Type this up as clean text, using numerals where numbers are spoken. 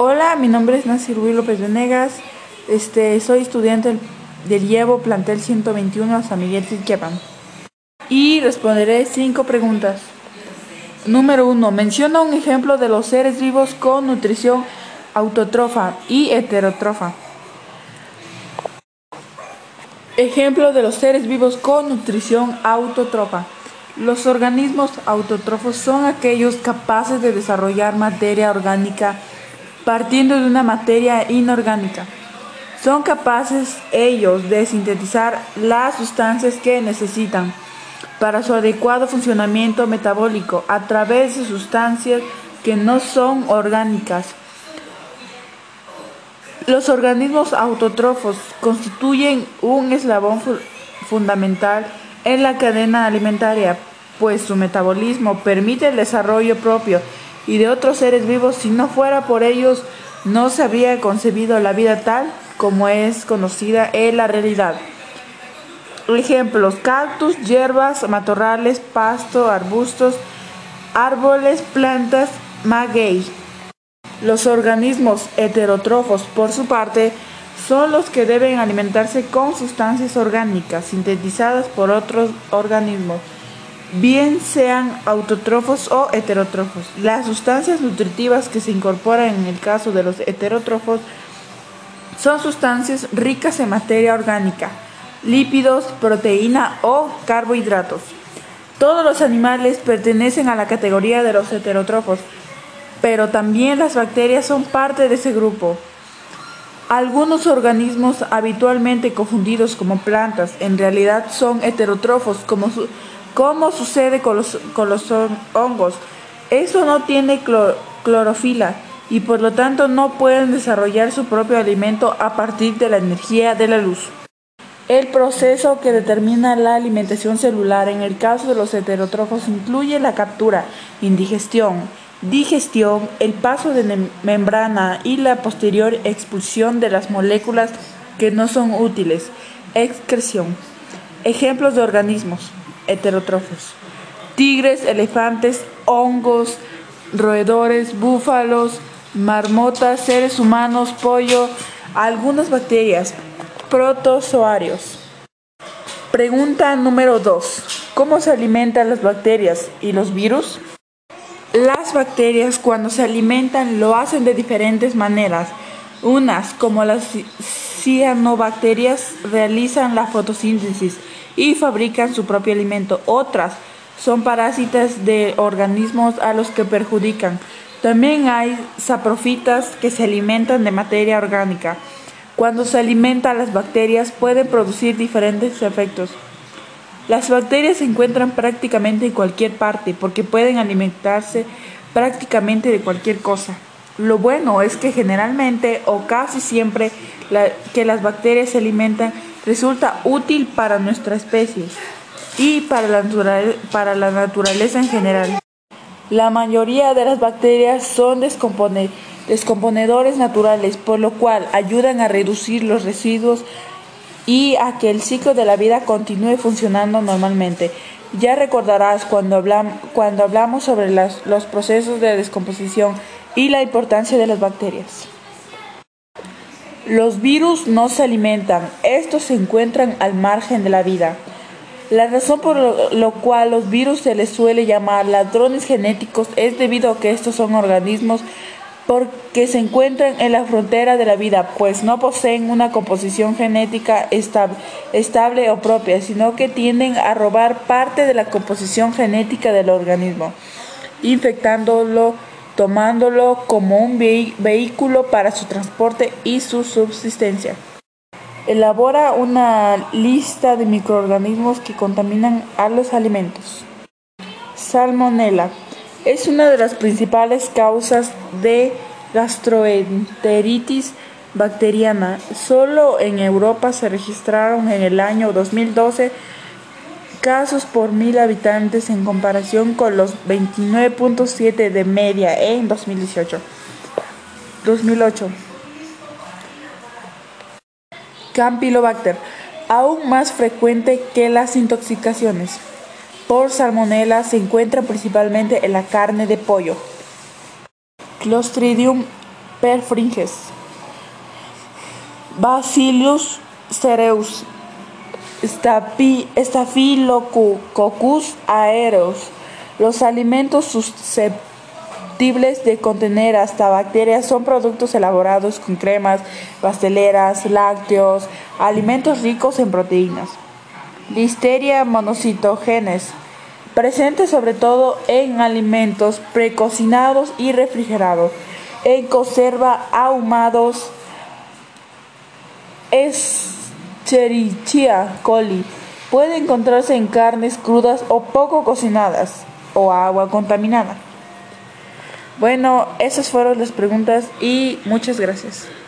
Hola, mi nombre es Nancy Ruiz López Venegas. Soy estudiante del IEVO Plantel 121 a San Miguel Tilquepan. Y responderé 5 preguntas. Número 1. Menciona un ejemplo de los seres vivos con nutrición autótrofa y heterótrofa. Ejemplo de los seres vivos con nutrición autótrofa. Los organismos autótrofos son aquellos capaces de desarrollar materia orgánica partiendo de una materia inorgánica. Son capaces ellos de sintetizar las sustancias que necesitan para su adecuado funcionamiento metabólico a través de sustancias que no son orgánicas. Los organismos autótrofos constituyen un eslabón fundamental en la cadena alimentaria, pues su metabolismo permite el desarrollo propio y de otros seres vivos. Si no fuera por ellos, no se habría concebido la vida tal como es conocida en la realidad. Ejemplos: cactus, hierbas, matorrales, pasto, arbustos, árboles, plantas, maguey. Los organismos heterótrofos, por su parte, son los que deben alimentarse con sustancias orgánicas sintetizadas por otros organismos, bien sean autótrofos o heterótrofos. Las sustancias nutritivas que se incorporan en el caso de los heterótrofos son sustancias ricas en materia orgánica, lípidos, proteína o carbohidratos. Todos los animales pertenecen a la categoría de los heterótrofos, pero también las bacterias son parte de ese grupo. Algunos organismos habitualmente confundidos como plantas en realidad son heterótrofos, como sucede con los hongos. Estos no tienen clorofila y por lo tanto no pueden desarrollar su propio alimento a partir de la energía de la luz. El proceso que determina la alimentación celular en el caso de los heterótrofos incluye la captura, indigestión, digestión, el paso de membrana y la posterior expulsión de las moléculas que no son útiles, excreción. Ejemplos de organismos heterótrofos: tigres, elefantes, hongos, roedores, búfalos, marmotas, seres humanos, pollo, algunas bacterias, protozoarios. Pregunta número 2. ¿Cómo se alimentan las bacterias y los virus? Las bacterias, cuando se alimentan, lo hacen de diferentes maneras. Unas, como las cianobacterias, realizan la fotosíntesis y fabrican su propio alimento. Otras son parásitas de organismos a los que perjudican. También hay saprofitas que se alimentan de materia orgánica. Cuando se alimentan las bacterias pueden producir diferentes efectos. Las bacterias se encuentran prácticamente en cualquier parte porque pueden alimentarse prácticamente de cualquier cosa. Lo bueno es que generalmente o casi siempre que las bacterias se alimentan resulta útil para nuestra especie y para la naturaleza en general. La mayoría de las bacterias son descomponedores naturales, por lo cual ayudan a reducir los residuos y a que el ciclo de la vida continúe funcionando normalmente. Ya recordarás cuando hablamos sobre los procesos de descomposición y la importancia de las bacterias. Los virus no se alimentan, estos se encuentran al margen de la vida. La razón por lo cual los virus se les suele llamar ladrones genéticos es debido a que estos son organismos porque se encuentran en la frontera de la vida, pues no poseen una composición genética estable o propia, sino que tienden a robar parte de la composición genética del organismo, infectándolo, tomándolo como un vehículo para su transporte y su subsistencia. Elabora una lista de microorganismos que contaminan a los alimentos. Salmonella es una de las principales causas de gastroenteritis bacteriana. Solo en Europa se registraron en el año 2012 casos por 1000 habitantes en comparación con los 29.7 de media en 2008. Campylobacter, aún más frecuente que las intoxicaciones por salmonela, se encuentra principalmente en la carne de pollo. Clostridium perfringens, Bacillus cereus, Staphylococcus aureus. Los alimentos susceptibles de contener hasta bacterias son productos elaborados con cremas, pasteleras, lácteos, alimentos ricos en proteínas. Listeria monocytogenes, presente sobre todo en alimentos precocinados y refrigerados, en conserva, ahumados. Escherichia coli puede encontrarse en carnes crudas o poco cocinadas o agua contaminada. Bueno, esas fueron las preguntas y muchas gracias.